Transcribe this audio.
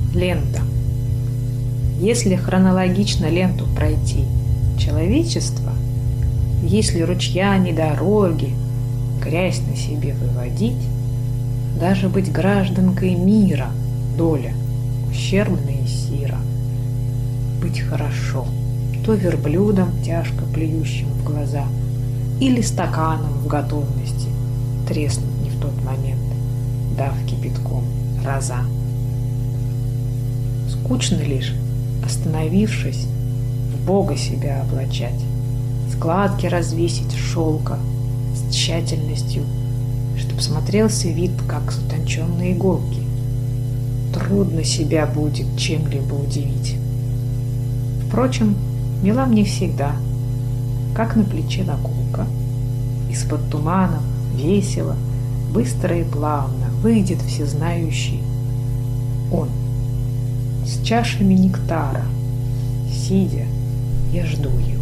Лента. Если хронологично ленту пройти человечество, если ручьями дороги грязь на себе выводить, даже быть гражданкой мира доля ущербная и сира. Быть хорошо, то верблюдом, тяжко плюющим в глаза, или стаканом в готовности треснуть не в тот момент, дав кипятком роза. Скучно лишь, остановившись, в Бога себя облачать, складки развесить шелка с тщательностью, чтоб смотрелся вид, как с утонченной иголки. Трудно себя будет чем-либо удивить. Впрочем, мила мне всегда, как на плече наколка. Из-под туманов весело, быстро и плавно выйдет всезнающий он. С чашами нектара, сидя, я жду его.